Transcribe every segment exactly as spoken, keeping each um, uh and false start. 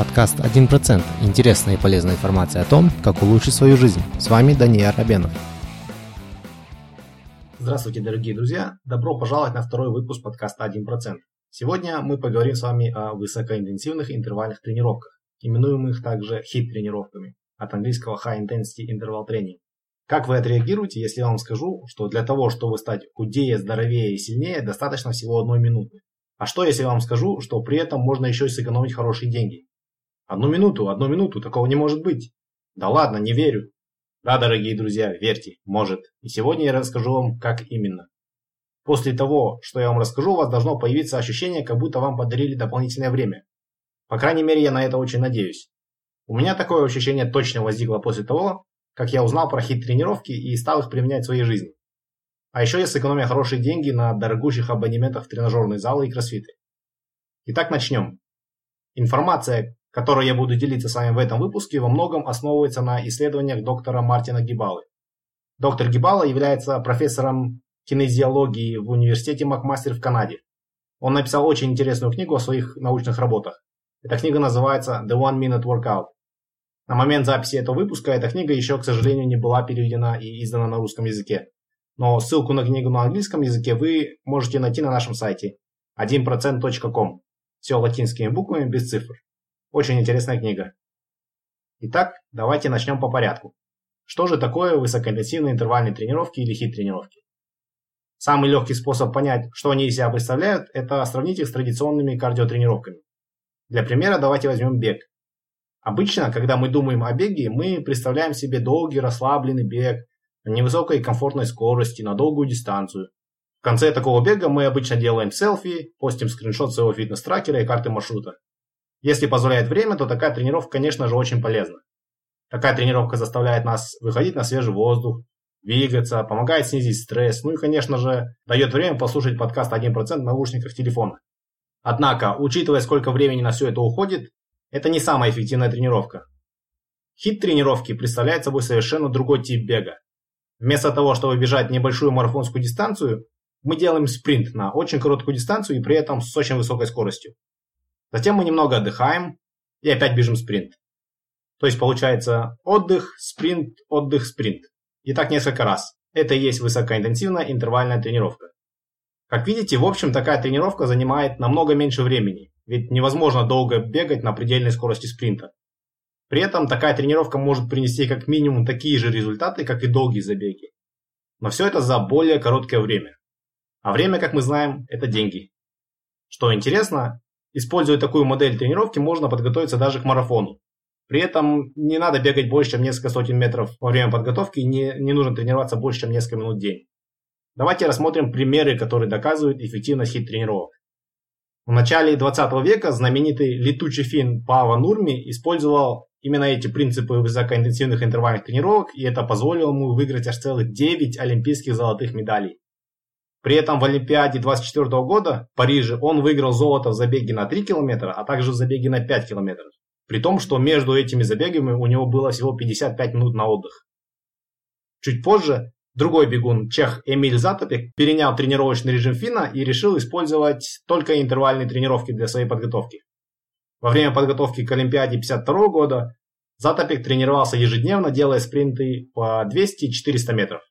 Подкаст один процент. Интересная и полезная информация о том, как улучшить свою жизнь. С вами Даниил Рабенов. Здравствуйте, дорогие друзья! Добро пожаловать на второй выпуск подкаста один процент. Сегодня мы поговорим с вами о высокоинтенсивных интервальных тренировках, именуемых также хит-тренировками, от английского High Intensity Interval Training. Как вы отреагируете, если я вам скажу, что для того, чтобы стать худее, здоровее и сильнее, достаточно всего одной минуты? А что, если я вам скажу, что при этом можно еще и сэкономить хорошие деньги? Одну минуту, одну минуту, такого не может быть. Да ладно, не верю. Да, дорогие друзья, верьте, может. И сегодня я расскажу вам, как именно. После того, что я вам расскажу, у вас должно появиться ощущение, как будто вам подарили дополнительное время. По крайней мере, я на это очень надеюсь. У меня такое ощущение точно возникло после того, как я узнал про хит-тренировки и стал их применять в своей жизни. А еще я сэкономил хорошие деньги на дорогущих абонементах в тренажерные залы и кроссфиты. Итак, начнем. Информация, которой я буду делиться с вами в этом выпуске, во многом основывается на исследованиях доктора Мартина Гибалы. Доктор Гибала является профессором кинезиологии в университете Макмастер в Канаде. Он написал очень интересную книгу о своих научных работах. Эта книга называется The One Minute Workout. На момент записи этого выпуска эта книга еще, к сожалению, не была переведена и издана на русском языке. Но ссылку на книгу на английском языке вы можете найти на нашем сайте один процент точка ком. Все латинскими буквами, без цифр. Очень интересная книга. Итак, давайте начнем по порядку. Что же такое высокоинтенсивные интервальные тренировки или хит-тренировки? Самый легкий способ понять, что они из себя представляют, это сравнить их с традиционными кардиотренировками. Для примера давайте возьмем бег. Обычно, когда мы думаем о беге, мы представляем себе долгий расслабленный бег на невысокой и комфортной скорости, на долгую дистанцию. В конце такого бега мы обычно делаем селфи, постим скриншот своего фитнес-трекера и карты маршрута. Если позволяет время, то такая тренировка, конечно же, очень полезна. Такая тренировка заставляет нас выходить на свежий воздух, двигаться, помогает снизить стресс, ну и, конечно же, дает время послушать подкаст один процент в наушниках телефона. Однако, учитывая, сколько времени на все это уходит, это не самая эффективная тренировка. Хит-тренировки представляют собой совершенно другой тип бега. Вместо того, чтобы бежать небольшую марафонскую дистанцию, мы делаем спринт на очень короткую дистанцию и при этом с очень высокой скоростью. Затем мы немного отдыхаем и опять бежим спринт. То есть получается отдых, спринт, отдых, спринт. И так несколько раз. Это и есть высокоинтенсивная интервальная тренировка. Как видите, в общем, такая тренировка занимает намного меньше времени, ведь невозможно долго бегать на предельной скорости спринта. При этом такая тренировка может принести как минимум такие же результаты, как и долгие забеги. Но все это за более короткое время. А время, как мы знаем, это деньги. Что интересно, используя такую модель тренировки, можно подготовиться даже к марафону. При этом не надо бегать больше, чем несколько сотен метров во время подготовки, и не, не нужно тренироваться больше, чем несколько минут в день. Давайте рассмотрим примеры, которые доказывают эффективность хит-тренировок. В начале двадцатого века знаменитый летучий финн Паavo Нурми использовал именно эти принципы высокоинтенсивных интервальных тренировок, и это позволило ему выиграть аж целых девять олимпийских золотых медалей. При этом в Олимпиаде двадцать четвёртого года в Париже он выиграл золото в забеге на три километра, а также в забеге на пять километров. При том, что между этими забегами у него было всего пятьдесят пять минут на отдых. Чуть позже другой бегун, чех Эмиль Затопек, перенял тренировочный режим финна и решил использовать только интервальные тренировки для своей подготовки. Во время подготовки к Олимпиаде пятьдесят второго года Затопек тренировался ежедневно, делая спринты по двести-четыреста метров.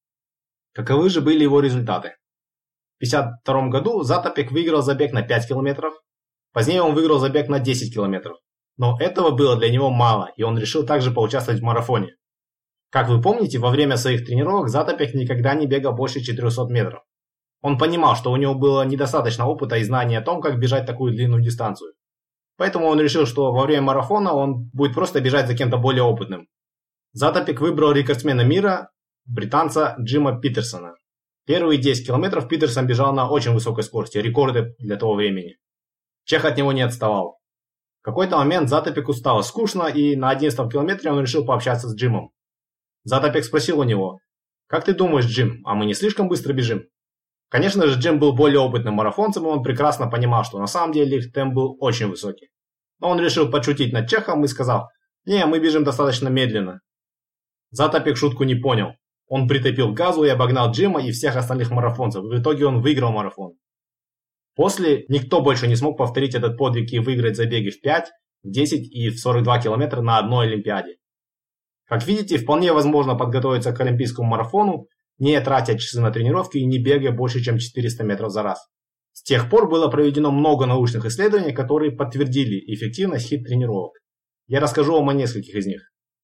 Каковы же были его результаты? В пятьдесят втором году Затопек выиграл забег на пять километров, позднее он выиграл забег на десять километров. Но этого было для него мало, и он решил также поучаствовать в марафоне. Как вы помните, во время своих тренировок Затопек никогда не бегал больше четырехсот метров. Он понимал, что у него было недостаточно опыта и знаний о том, как бежать такую длинную дистанцию. Поэтому он решил, что во время марафона он будет просто бежать за кем-то более опытным. Затопек выбрал рекордсмена мира, британца Джима Питерсона. Первые десять километров Питерсон бежал на очень высокой скорости, рекорды для того времени. Чех от него не отставал. В какой-то момент Затопеку стало скучно, и на одиннадцатом километре он решил пообщаться с Джимом. Затопек спросил у него: «Как ты думаешь, Джим, а мы не слишком быстро бежим?» Конечно же, Джим был более опытным марафонцем, и он прекрасно понимал, что на самом деле их темп был очень высокий. Но он решил подшутить над чехом и сказал: «Не, мы бежим достаточно медленно». Затопек шутку не понял. Он притопил газу и обогнал Джима и всех остальных марафонцев. В итоге он выиграл марафон. После никто больше не смог повторить этот подвиг и выиграть забеги в пять, в десять и в сорок два километра на одной Олимпиаде. Как видите, вполне возможно подготовиться к олимпийскому марафону, не тратя часы на тренировки и не бегая больше, чем четыреста метров за раз. С тех пор было проведено много научных исследований, которые подтвердили эффективность хит-тренировок. Я расскажу вам о нескольких из них.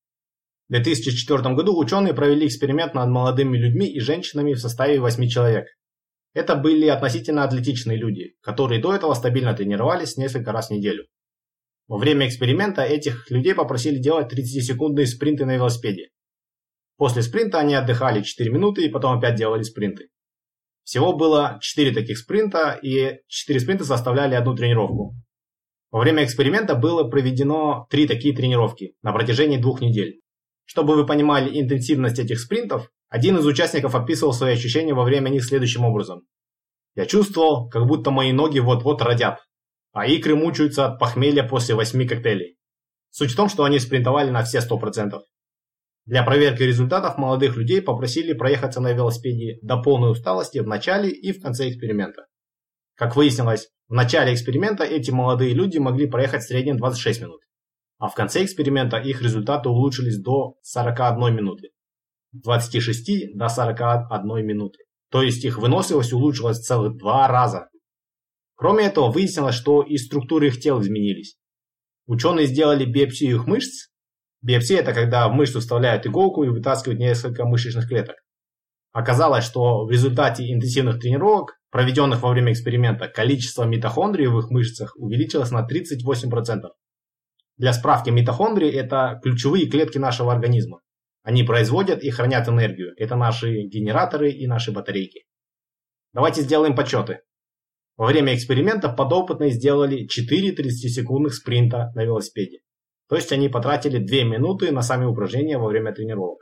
В две тысячи четвёртом году ученые провели эксперимент над молодыми людьми и женщинами в составе восьми человек. Это были относительно атлетичные люди, которые до этого стабильно тренировались несколько раз в неделю. Во время эксперимента этих людей попросили делать тридцатисекундные спринты на велосипеде. После спринта они отдыхали четыре минуты и потом опять делали спринты. Всего было четыре таких спринта, и четыре спринта составляли одну тренировку. Во время эксперимента было проведено три такие тренировки на протяжении двух недель. Чтобы вы понимали интенсивность этих спринтов, один из участников описывал свои ощущения во время них следующим образом. «Я чувствовал, как будто мои ноги вот-вот родят, а икры мучаются от похмелья после восьми коктейлей». Суть в том, что они спринтовали на все сто процентов. Для проверки результатов молодых людей попросили проехаться на велосипеде до полной усталости в начале и в конце эксперимента. Как выяснилось, в начале эксперимента эти молодые люди могли проехать в среднем двадцать шесть минут, а в конце эксперимента их результаты улучшились до сорока одной минуты. С двадцати шести до сорока одной минуты. То есть их выносливость улучшилась в целых два раза. Кроме этого, выяснилось, что и структуры их тел изменились. Ученые сделали биопсию их мышц. Биопсия – это когда в мышцу вставляют иголку и вытаскивают несколько мышечных клеток. Оказалось, что в результате интенсивных тренировок, проведенных во время эксперимента, количество митохондрий в их мышцах увеличилось на тридцать восемь процентов. Для справки, митохондрии – это ключевые клетки нашего организма. Они производят и хранят энергию. Это наши генераторы и наши батарейки. Давайте сделаем подсчеты. Во время эксперимента подопытные сделали четыре тридцатисекундных спринта на велосипеде. То есть они потратили две минуты на сами упражнения во время тренировок.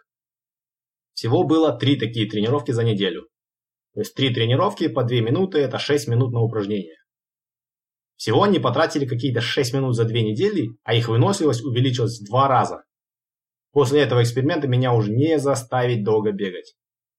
Всего было три такие тренировки за неделю. То есть три тренировки по две минуты – это шесть минут на упражнение. Всего они потратили какие-то шесть минут за две недели, а их выносливость увеличилась в два раза. После этого эксперимента меня уже не заставить долго бегать.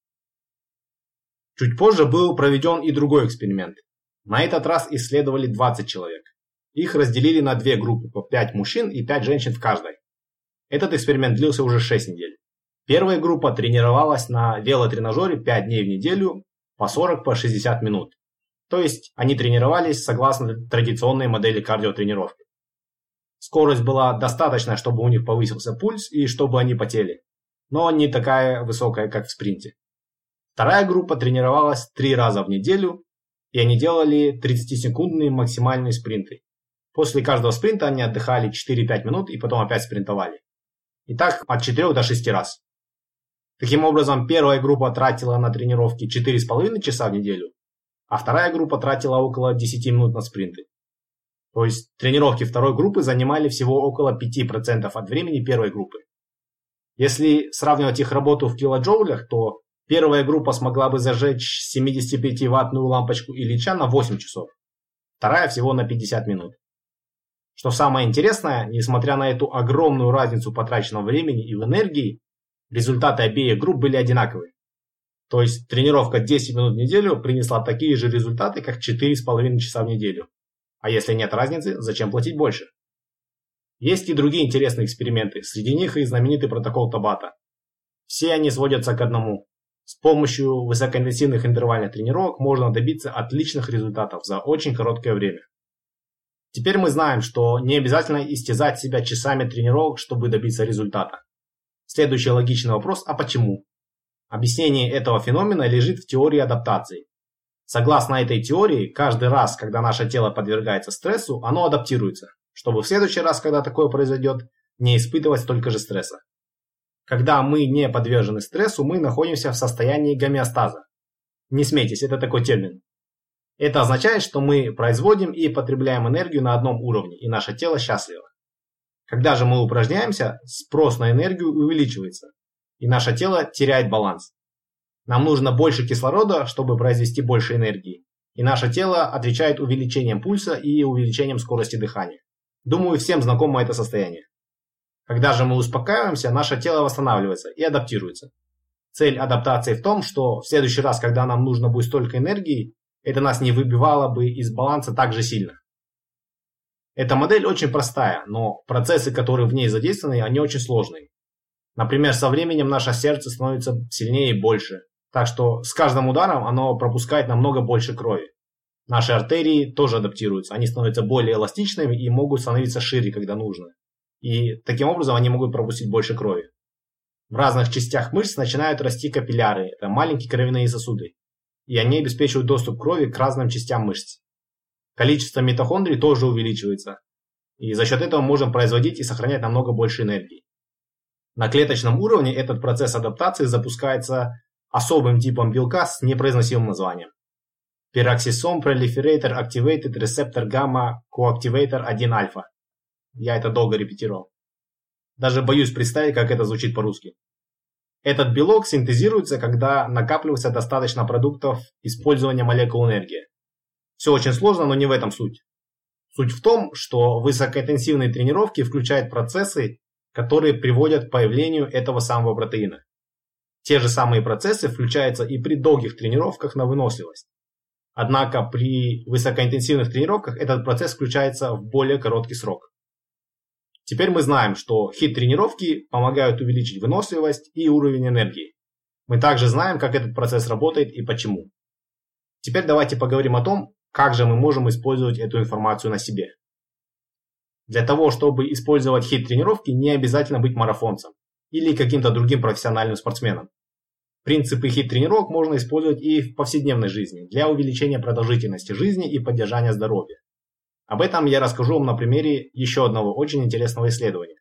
Чуть позже был проведен и другой эксперимент. На этот раз исследовали двадцать человек. Их разделили на две группы, по пять мужчин и пять женщин в каждой. Этот эксперимент длился уже шесть недель. Первая группа тренировалась на велотренажере пять дней в неделю по сорок по шестьдесят минут. То есть они тренировались согласно традиционной модели кардиотренировки. Скорость была достаточная, чтобы у них повысился пульс и чтобы они потели, но не такая высокая, как в спринте. Вторая группа тренировалась три раза в неделю, и они делали тридцатисекундные максимальные спринты. После каждого спринта они отдыхали четыре-пять минут и потом опять спринтовали. И так от четырёх до шести раз. Таким образом, первая группа тратила на тренировки четыре с половиной часа в неделю, а вторая группа тратила около десяти минут на спринты. То есть тренировки второй группы занимали всего около пяти процентов от времени первой группы. Если сравнивать их работу в килоджоулях, то первая группа смогла бы зажечь семидесятипятиваттную лампочку Ильича на восемь часов, вторая всего на пятьдесят минут. Что самое интересное, несмотря на эту огромную разницу потраченного времени и в энергии, результаты обеих групп были одинаковые. То есть тренировка десять минут в неделю принесла такие же результаты, как четыре с половиной часа в неделю. А если нет разницы, зачем платить больше? Есть и другие интересные эксперименты, среди них и знаменитый протокол Табата. Все они сводятся к одному. С помощью высокоинтенсивных интервальных тренировок можно добиться отличных результатов за очень короткое время. Теперь мы знаем, что не обязательно истязать себя часами тренировок, чтобы добиться результата. Следующий логичный вопрос – а почему? Объяснение этого феномена лежит в теории адаптации. Согласно этой теории, каждый раз, когда наше тело подвергается стрессу, оно адаптируется, чтобы в следующий раз, когда такое произойдет, не испытывать столько же стресса. Когда мы не подвержены стрессу, мы находимся в состоянии гомеостаза. Не смейтесь, это такой термин. Это означает, что мы производим и потребляем энергию на одном уровне, и наше тело счастливо. Когда же мы упражняемся, спрос на энергию увеличивается, и наше тело теряет баланс. Нам нужно больше кислорода, чтобы произвести больше энергии, и наше тело отвечает увеличением пульса и увеличением скорости дыхания. Думаю, всем знакомо это состояние. Когда же мы успокаиваемся, наше тело восстанавливается и адаптируется. Цель адаптации в том, что в следующий раз, когда нам нужно будет столько энергии, это нас не выбивало бы из баланса так же сильно. Эта модель очень простая, но процессы, которые в ней задействованы, они очень сложные. Например, со временем наше сердце становится сильнее и больше, так что с каждым ударом оно пропускает намного больше крови. Наши артерии тоже адаптируются, они становятся более эластичными и могут становиться шире, когда нужно. И таким образом они могут пропустить больше крови. В разных частях мышц начинают расти капилляры, это маленькие кровяные сосуды, и они обеспечивают доступ крови к разным частям мышц. Количество митохондрий тоже увеличивается, и за счет этого можем производить и сохранять намного больше энергии. На клеточном уровне этот процесс адаптации запускается особым типом белка с непроизносимым названием. Peroxisome Proliferator Activated Receptor Gamma Coactivator один альфа. Я это долго репетировал. Даже боюсь представить, как это звучит по-русски. Этот белок синтезируется, когда накапливается достаточно продуктов использования молекул энергии. Все очень сложно, но не в этом суть. Суть в том, что высокоинтенсивные тренировки включают процессы, которые приводят к появлению этого самого протеина. Те же самые процессы включаются и при долгих тренировках на выносливость. Однако при высокоинтенсивных тренировках этот процесс включается в более короткий срок. Теперь мы знаем, что хит-тренировки помогают увеличить выносливость и уровень энергии. Мы также знаем, как этот процесс работает и почему. Теперь давайте поговорим о том, как же мы можем использовать эту информацию на себе. Для того, чтобы использовать хит-тренировки, не обязательно быть марафонцем или каким-то другим профессиональным спортсменом. Принципы хит-тренировок можно использовать и в повседневной жизни для увеличения продолжительности жизни и поддержания здоровья. Об этом я расскажу вам на примере еще одного очень интересного исследования.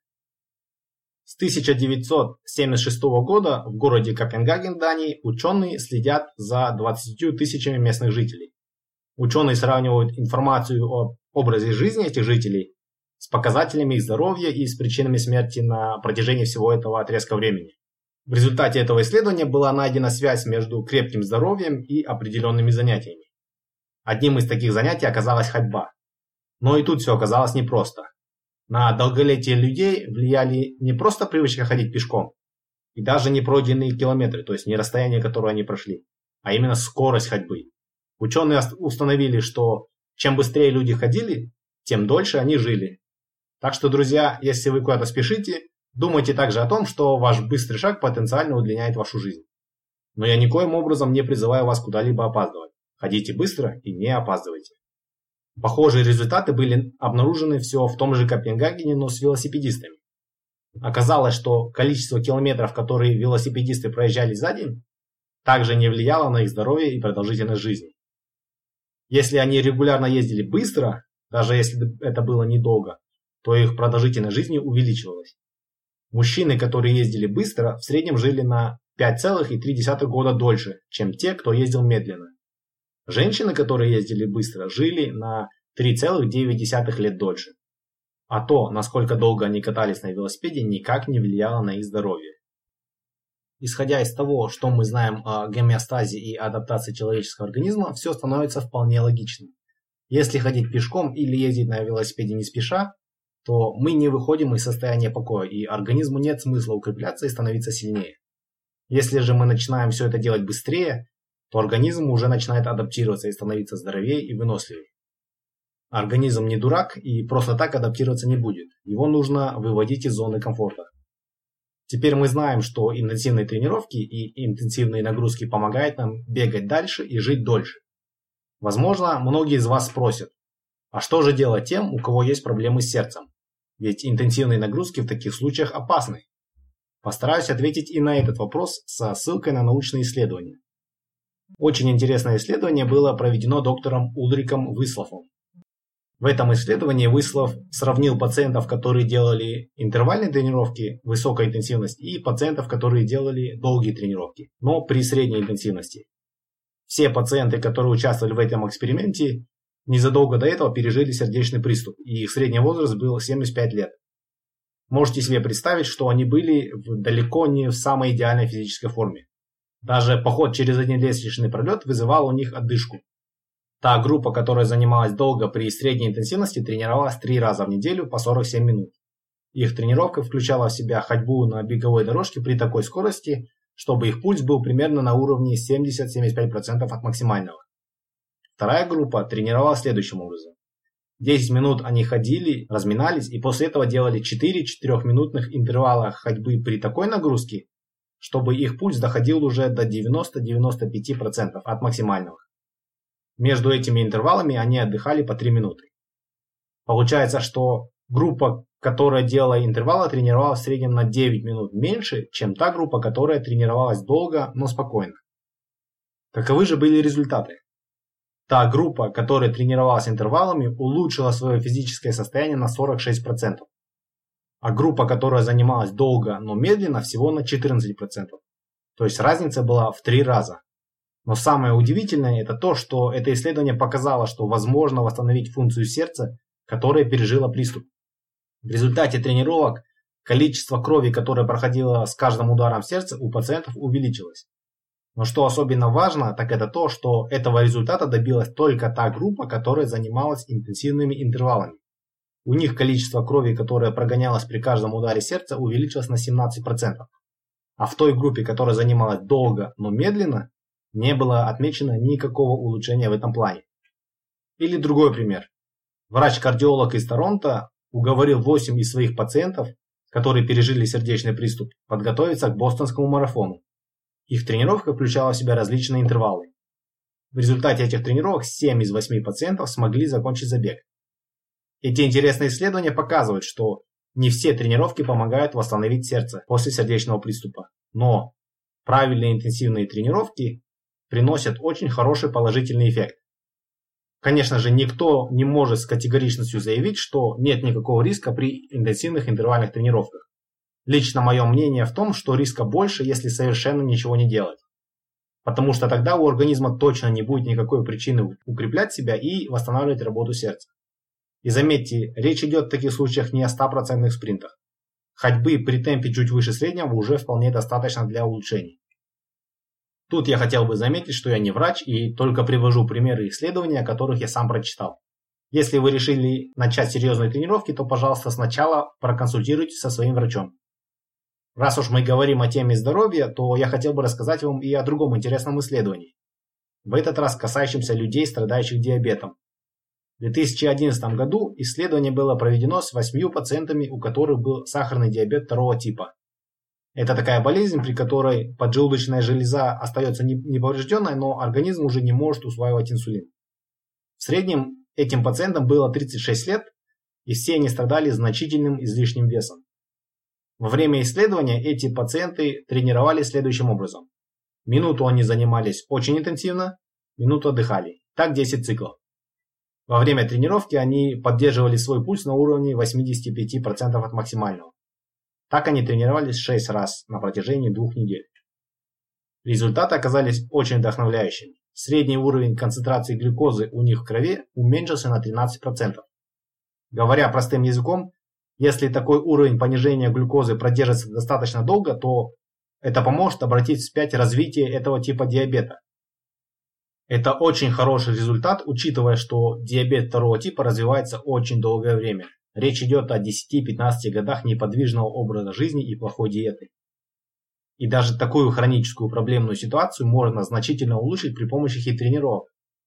С тысяча девятьсот семьдесят шестого года в городе Копенгаген, Дании, ученые следят за двадцатью тысячами местных жителей. Ученые сравнивают информацию о образе жизни этих жителей с показателями их здоровья и с причинами смерти на протяжении всего этого отрезка времени. В результате этого исследования была найдена связь между крепким здоровьем и определенными занятиями. Одним из таких занятий оказалась ходьба. Но и тут все оказалось непросто. На долголетие людей влияли не просто привычка ходить пешком, и даже не пройденные километры, то есть не расстояние, которое они прошли, а именно скорость ходьбы. Ученые установили, что чем быстрее люди ходили, тем дольше они жили. Так что, друзья, если вы куда-то спешите, думайте также о том, что ваш быстрый шаг потенциально удлиняет вашу жизнь. Но я никоим образом не призываю вас куда-либо опаздывать. Ходите быстро и не опаздывайте. Похожие результаты были обнаружены все в том же Копенгагене, но с велосипедистами. Оказалось, что количество километров, которые велосипедисты проезжали за день, также не влияло на их здоровье и продолжительность жизни. Если они регулярно ездили быстро, даже если это было недолго, то их продолжительность жизни увеличивалась. Мужчины, которые ездили быстро, в среднем жили на пять целых три десятых года дольше, чем те, кто ездил медленно. Женщины, которые ездили быстро, жили на три целых девять десятых лет дольше. А то, насколько долго они катались на велосипеде, никак не влияло на их здоровье. Исходя из того, что мы знаем о гомеостазе и адаптации человеческого организма, все становится вполне логичным. Если ходить пешком или ездить на велосипеде не спеша, то мы не выходим из состояния покоя, и организму нет смысла укрепляться и становиться сильнее. Если же мы начинаем все это делать быстрее, то организм уже начинает адаптироваться и становиться здоровее и выносливее. Организм не дурак и просто так адаптироваться не будет. Его нужно выводить из зоны комфорта. Теперь мы знаем, что интенсивные тренировки и интенсивные нагрузки помогают нам бегать дальше и жить дольше. Возможно, многие из вас спросят, а что же делать тем, у кого есть проблемы с сердцем? Ведь интенсивные нагрузки в таких случаях опасны. Постараюсь ответить и на этот вопрос со ссылкой на научные исследования. Очень интересное исследование было проведено доктором Ульриком Выслофом. В этом исследовании Выслов сравнил пациентов, которые делали интервальные тренировки высокой интенсивности, и пациентов, которые делали долгие тренировки, но при средней интенсивности. Все пациенты, которые участвовали в этом эксперименте, незадолго до этого пережили сердечный приступ, и их средний возраст был семьдесят пять лет. Можете себе представить, что они были далеко не в самой идеальной физической форме. Даже поход через один лестничный пролет вызывал у них одышку. Та группа, которая занималась долго при средней интенсивности, тренировалась три раза в неделю по сорок семь минут. Их тренировка включала в себя ходьбу на беговой дорожке при такой скорости, чтобы их пульс был примерно на уровне семьдесят - семьдесят пять процентов от максимального. Вторая группа тренировалась следующим образом. десять минут они ходили, разминались и после этого делали четыре четырехминутных интервала ходьбы при такой нагрузке, чтобы их пульс доходил уже до девяноста-девяноста пяти процентов от максимального. Между этими интервалами они отдыхали по три минуты. Получается, что группа, которая делала интервалы, тренировалась в среднем на девять минут меньше, чем та группа, которая тренировалась долго, но спокойно. Каковы же были результаты? Та группа, которая тренировалась интервалами, улучшила свое физическое состояние на сорок шесть процентов. А группа, которая занималась долго, но медленно, всего на четырнадцать процентов. То есть разница была в три раза. Но самое удивительное это то, что это исследование показало, что возможно восстановить функцию сердца, которая пережила приступ. В результате тренировок количество крови, которое проходило с каждым ударом сердца, у пациентов увеличилось. Но что особенно важно, так это то, что этого результата добилась только та группа, которая занималась интенсивными интервалами. У них количество крови, которое прогонялось при каждом ударе сердца, увеличилось на семнадцать процентов. А в той группе, которая занималась долго, но медленно, не было отмечено никакого улучшения в этом плане. Или другой пример. Врач-кардиолог из Торонто уговорил восемь из своих пациентов, которые пережили сердечный приступ, подготовиться к бостонскому марафону. Их тренировка включала в себя различные интервалы. В результате этих тренировок семь из восьми пациентов смогли закончить забег. Эти интересные исследования показывают, что не все тренировки помогают восстановить сердце после сердечного приступа, но правильные интенсивные тренировки приносят очень хороший положительный эффект. Конечно же, никто не может с категоричностью заявить, что нет никакого риска при интенсивных интервальных тренировках. Лично мое мнение в том, что риска больше, если совершенно ничего не делать. Потому что тогда у организма точно не будет никакой причины укреплять себя и восстанавливать работу сердца. И заметьте, речь идет в таких случаях не о стопроцентных спринтах. Ходьбы при темпе чуть выше среднего уже вполне достаточно для улучшений. Тут я хотел бы заметить, что я не врач и только привожу примеры исследований, о которых я сам прочитал. Если вы решили начать серьезные тренировки, то, пожалуйста, сначала проконсультируйтесь со своим врачом. Раз уж мы говорим о теме здоровья, то я хотел бы рассказать вам и о другом интересном исследовании. В этот раз касающемся людей, страдающих диабетом. В две тысячи одиннадцатом году исследование было проведено с восьмью пациентами, у которых был сахарный диабет второго типа. Это такая болезнь, при которой поджелудочная железа остается неповрежденной, но организм уже не может усваивать инсулин. В среднем этим пациентам было тридцать шесть лет, и все они страдали значительным излишним весом. Во время исследования эти пациенты тренировались следующим образом. Минуту они занимались очень интенсивно, минуту отдыхали. Так десять циклов. Во время тренировки они поддерживали свой пульс на уровне восемьдесят пять процентов от максимального. Так они тренировались шесть раз на протяжении двух недель. Результаты оказались очень вдохновляющими. Средний уровень концентрации глюкозы у них в крови уменьшился на тринадцать процентов. Говоря простым языком, если такой уровень понижения глюкозы продержится достаточно долго, то это поможет обратить вспять развитие этого типа диабета. Это очень хороший результат, учитывая, что диабет второго типа развивается очень долгое время. Речь идет о десяти-пятнадцати годах неподвижного образа жизни и плохой диеты. И даже такую хроническую проблемную ситуацию можно значительно улучшить при помощи хит-тренировок.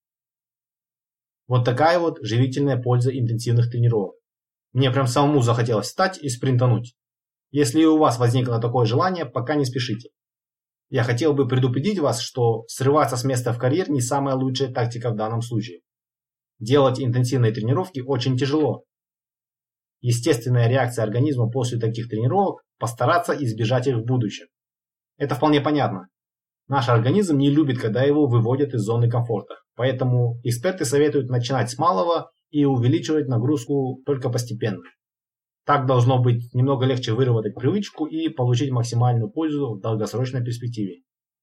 Вот такая вот живительная польза интенсивных тренировок. Мне прям самому захотелось встать и спринтануть. Если и у вас возникло такое желание, пока не спешите. Я хотел бы предупредить вас, что срываться с места в карьер не самая лучшая тактика в данном случае. Делать интенсивные тренировки очень тяжело. Естественная реакция организма после таких тренировок – постараться избежать их в будущем. Это вполне понятно. Наш организм не любит, когда его выводят из зоны комфорта. Поэтому эксперты советуют начинать с малого и увеличивать нагрузку только постепенно. Так должно быть немного легче выработать привычку и получить максимальную пользу в долгосрочной перспективе.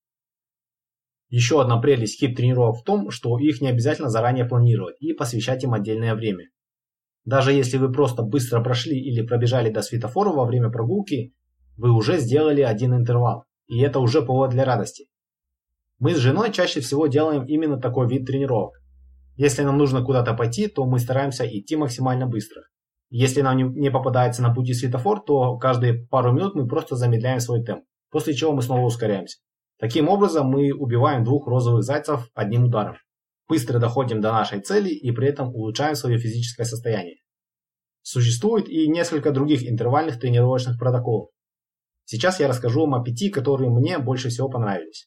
Еще одна прелесть хит-тренировок в том, что их не обязательно заранее планировать и посвящать им отдельное время. Даже если вы просто быстро прошли или пробежали до светофора во время прогулки, вы уже сделали один интервал, и это уже повод для радости. Мы с женой чаще всего делаем именно такой вид тренировок. Если нам нужно куда-то пойти, то мы стараемся идти максимально быстро. Если нам не попадается на пути светофор, то каждые пару минут мы просто замедляем свой темп, после чего мы снова ускоряемся. Таким образом мы убиваем двух розовых зайцев одним ударом. быстро доходим до нашей цели и при этом улучшаем свое физическое состояние. Существует и несколько других интервальных тренировочных протоколов. Сейчас я расскажу вам о пяти, которые мне больше всего понравились.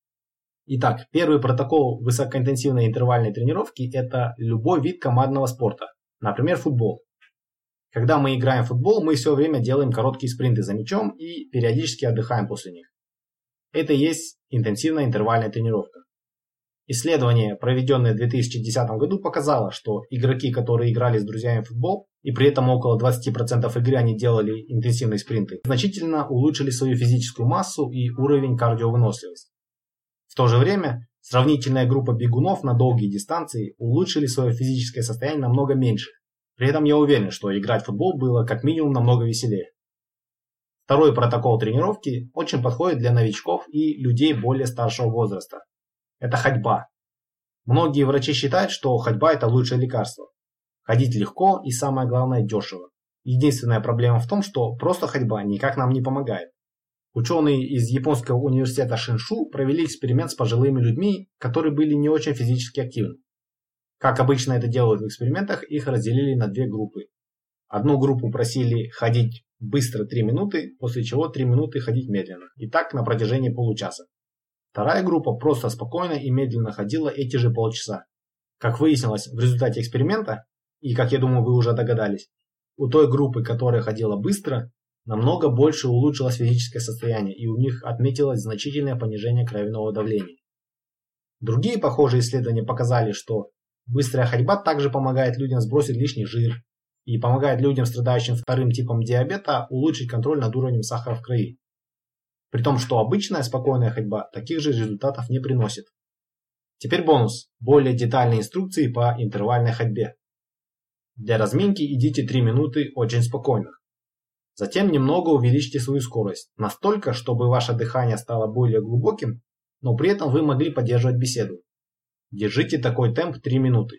Итак, первый протокол высокоинтенсивной интервальной тренировки – это любой вид командного спорта, например, футбол. Когда мы играем в футбол, мы все время делаем короткие спринты за мячом и периодически отдыхаем после них. Это и есть интенсивная интервальная тренировка. Исследование, проведенное в две тысячи десятом году, показало, что игроки, которые играли с друзьями в футбол, и при этом около двадцати процентов игры они делали интенсивные спринты, значительно улучшили свою физическую массу и уровень кардиовыносливости. В то же время, сравнительная группа бегунов на долгие дистанции улучшили свое физическое состояние намного меньше. При этом я уверен, что играть в футбол было как минимум намного веселее. Второй протокол тренировки очень подходит для новичков и людей более старшего возраста. Это ходьба. Многие врачи считают, что ходьба – это лучшее лекарство. Ходить легко и, самое главное, дешево. Единственная проблема в том, что просто ходьба никак нам не помогает. Ученые из японского университета Шиншу провели эксперимент с пожилыми людьми, которые были не очень физически активны. Как обычно это делают в экспериментах, их разделили на две группы. Одну группу просили ходить быстро три минуты, после чего три минуты ходить медленно. И так на протяжении получаса. Вторая группа просто спокойно и медленно ходила эти же полчаса. Как выяснилось в результате эксперимента, и как я думаю вы уже догадались, у той группы, которая ходила быстро, намного больше улучшилось физическое состояние, и у них отметилось значительное понижение кровяного давления. Другие похожие исследования показали, что быстрая ходьба также помогает людям сбросить лишний жир и помогает людям, страдающим вторым типом диабета, улучшить контроль над уровнем сахара в крови. При том, что обычная спокойная ходьба таких же результатов не приносит. Теперь бонус. Более детальные инструкции по интервальной ходьбе. Для разминки идите три минуты очень спокойно. Затем немного увеличьте свою скорость. Настолько, чтобы ваше дыхание стало более глубоким, но при этом вы могли поддерживать беседу. Держите такой темп три минуты.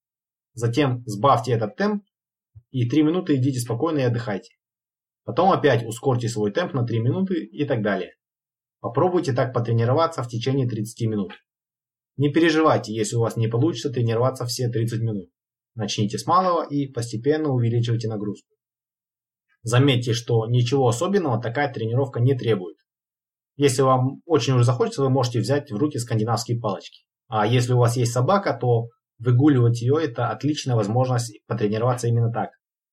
Затем сбавьте этот темп и три минуты идите спокойно и отдыхайте. Потом опять ускорьте свой темп на три минуты и так далее. Попробуйте так потренироваться в течение тридцати минут. Не переживайте, если у вас не получится тренироваться все тридцать минут. Начните с малого и постепенно увеличивайте нагрузку. Заметьте, что ничего особенного такая тренировка не требует. Если вам очень уж захочется, вы можете взять в руки скандинавские палочки. А если у вас есть собака, то выгуливать ее – это отличная возможность потренироваться именно так.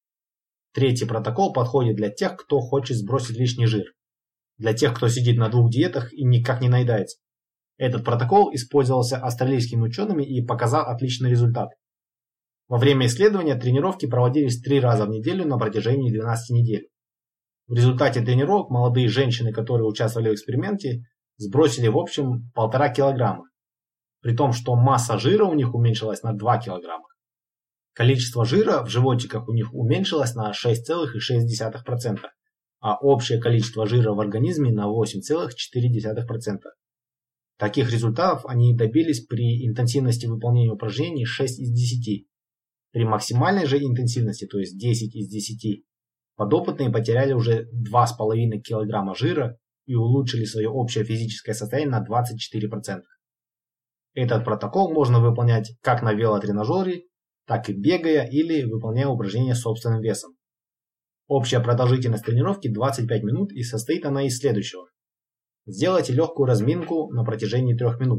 Третий протокол подходит для тех, кто хочет сбросить лишний жир. Для тех, кто сидит на двух диетах и никак не наедается. Этот протокол использовался австралийскими учеными и показал отличный результат. Во время исследования тренировки проводились три раза в неделю на протяжении двенадцати недель. В результате тренировок молодые женщины, которые участвовали в эксперименте, сбросили в общем полтора килограмма. При том, что масса жира у них уменьшилась на два килограмма. Количество жира в животиках у них уменьшилось на шесть целых шесть десятых процента, а общее количество жира в организме на восемь целых четыре десятых процента. Таких результатов они добились при интенсивности выполнения упражнений шесть из десяти. При максимальной же интенсивности, то есть десять из десяти, подопытные потеряли уже два с половиной килограмма жира и улучшили свое общее физическое состояние на двадцать четыре процента. Этот протокол можно выполнять как на велотренажере, так и бегая или выполняя упражнения с собственным весом. Общая продолжительность тренировки двадцать пять минут и состоит она из следующего. Сделайте легкую разминку на протяжении трёх минут.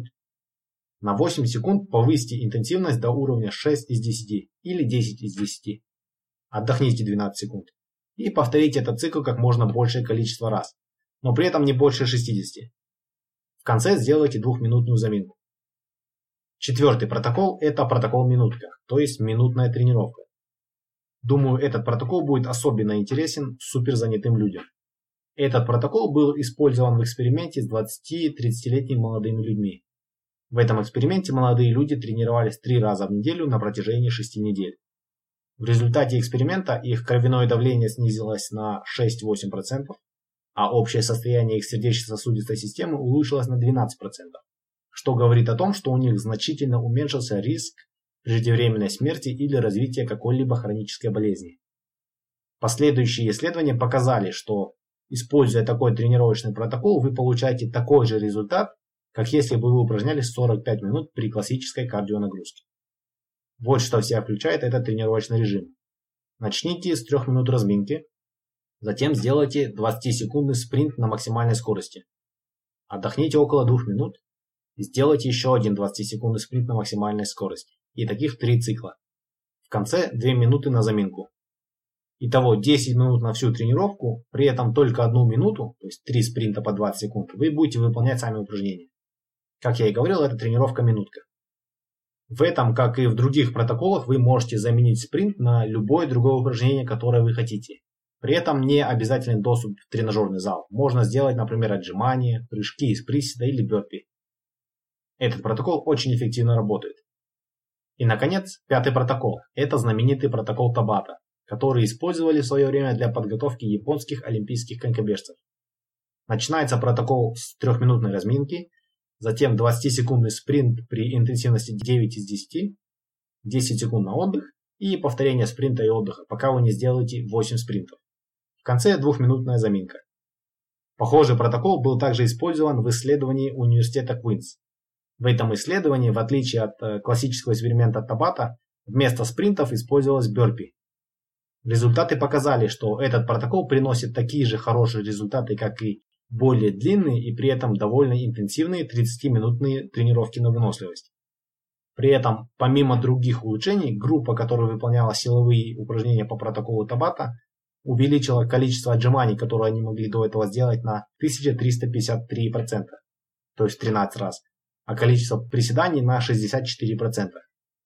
На восемь секунд повысьте интенсивность до уровня шесть из десяти или десять из десяти. Отдохните двенадцать секунд. И повторите этот цикл как можно большее количество раз, но при этом не больше шестидесяти. В конце сделайте двухминутную заминку. Четвертый протокол – это протокол минутка, то есть минутная тренировка. Думаю, этот протокол будет особенно интересен суперзанятым людям. Этот протокол был использован в эксперименте с двадцати-тридцатилетними молодыми людьми. В этом эксперименте молодые люди тренировались три раза в неделю на протяжении шести недель. В результате эксперимента их кровяное давление снизилось на шесть-восемь процентов, а общее состояние их сердечно-сосудистой системы улучшилось на двенадцать процентов. Что говорит о том, что у них значительно уменьшился риск преждевременной смерти или развития какой-либо хронической болезни. Последующие исследования показали, что, используя такой тренировочный протокол, вы получаете такой же результат, как если бы вы упражнялись сорок пять минут при классической кардионагрузке. Вот что в себя включает этот тренировочный режим. Начните с трёх минут разминки, затем сделайте двадцатисекундный спринт на максимальной скорости. Отдохните около двух минут и сделайте еще один двадцатисекундный спринт на максимальной скорости. И таких три цикла. В конце две минуты на заминку. Итого десять минут на всю тренировку, при этом только одну минуту, то есть три спринта по двадцать секунд, вы будете выполнять сами упражнения. Как я и говорил, это тренировка минутка. В этом, как и в других протоколах, вы можете заменить спринт на любое другое упражнение, которое вы хотите. При этом не обязателен доступ в тренажерный зал. Можно сделать, например, отжимания, прыжки из приседа или бёрпи. Этот протокол очень эффективно работает. И, наконец, пятый протокол. Это знаменитый протокол Табата, который использовали в свое время для подготовки японских олимпийских конькобежцев. Начинается протокол с трехминутной разминки, затем двадцатисекундный спринт при интенсивности девять из десяти, десять секунд на отдых и повторение спринта и отдыха, пока вы не сделаете восемь спринтов. В конце двухминутная заминка. Похожий протокол был также использован в исследовании университета Квинс. В этом исследовании, в отличие от классического эксперимента Табата, вместо спринтов использовалось бёрпи. Результаты показали, что этот протокол приносит такие же хорошие результаты, как и более длинные и при этом довольно интенсивные тридцатиминутные тренировки на выносливость. При этом, помимо других улучшений, группа, которая выполняла силовые упражнения по протоколу Табата, увеличила количество отжиманий, которые они могли до этого сделать, на тысяча триста пятьдесят три процента, то есть тринадцать раз, а количество приседаний на шестьдесят четыре процента.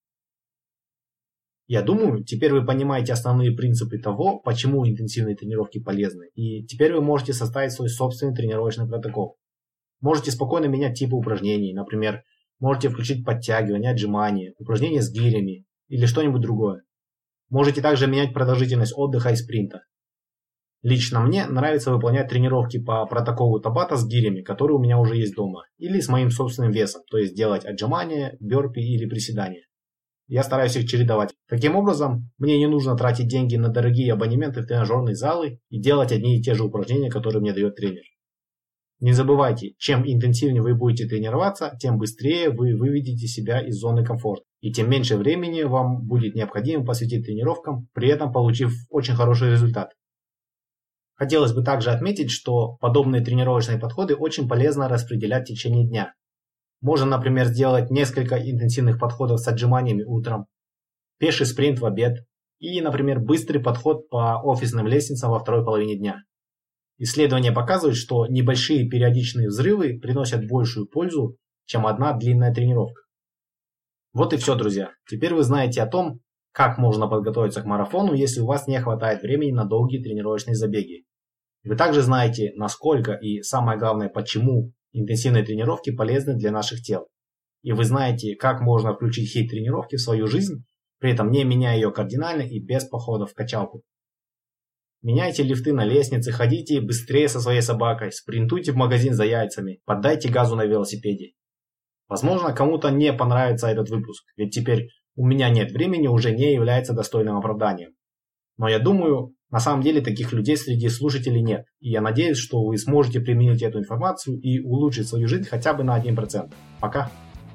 Я думаю, теперь вы понимаете основные принципы того, почему интенсивные тренировки полезны, и теперь вы можете составить свой собственный тренировочный протокол. Можете спокойно менять типы упражнений, например, можете включить подтягивания, отжимания, упражнения с гирями или что-нибудь другое. Можете также менять продолжительность отдыха и спринта. Лично мне нравится выполнять тренировки по протоколу Табата с гирями, которые у меня уже есть дома, или с моим собственным весом, то есть делать отжимания, бёрпи или приседания. Я стараюсь их чередовать. Таким образом, мне не нужно тратить деньги на дорогие абонементы в тренажерные залы и делать одни и те же упражнения, которые мне дает тренер. Не забывайте, чем интенсивнее вы будете тренироваться, тем быстрее вы выведете себя из зоны комфорта. И тем меньше времени вам будет необходимо посвятить тренировкам, при этом получив очень хороший результат. Хотелось бы также отметить, что подобные тренировочные подходы очень полезно распределять в течение дня. Можно, например, сделать несколько интенсивных подходов с отжиманиями утром, пеший спринт в обед и, например, быстрый подход по офисным лестницам во второй половине дня. Исследования показывают, что небольшие периодичные взрывы приносят большую пользу, чем одна длинная тренировка. Вот и все, друзья. Теперь вы знаете о том, как можно подготовиться к марафону, если у вас не хватает времени на долгие тренировочные забеги. Вы также знаете, насколько и, самое главное, почему интенсивные тренировки полезны для наших тел. И вы знаете, как можно включить хит-тренировки в свою жизнь, при этом не меняя ее кардинально и без походов в качалку. Меняйте лифты на лестнице, ходите быстрее со своей собакой, спринтуйте в магазин за яйцами, поддайте газу на велосипеде. Возможно, кому-то не понравится этот выпуск, ведь теперь «у меня нет времени» уже не является достойным оправданием. Но я думаю, на самом деле таких людей среди слушателей нет, и я надеюсь, что вы сможете применить эту информацию и улучшить свою жизнь хотя бы на один процент. Пока!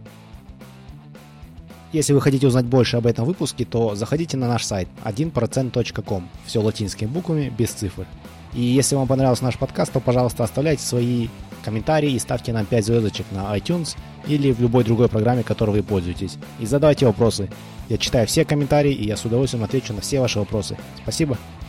Если вы хотите узнать больше об этом выпуске, то заходите на наш сайт один процент точка ком, все латинскими буквами, без цифр. И если вам понравился наш подкаст, то, пожалуйста, оставляйте свои комментарии и ставьте нам пять звездочек на iTunes или в любой другой программе, которой вы пользуетесь. И задавайте вопросы. Я читаю все комментарии, и я с удовольствием отвечу на все ваши вопросы. Спасибо!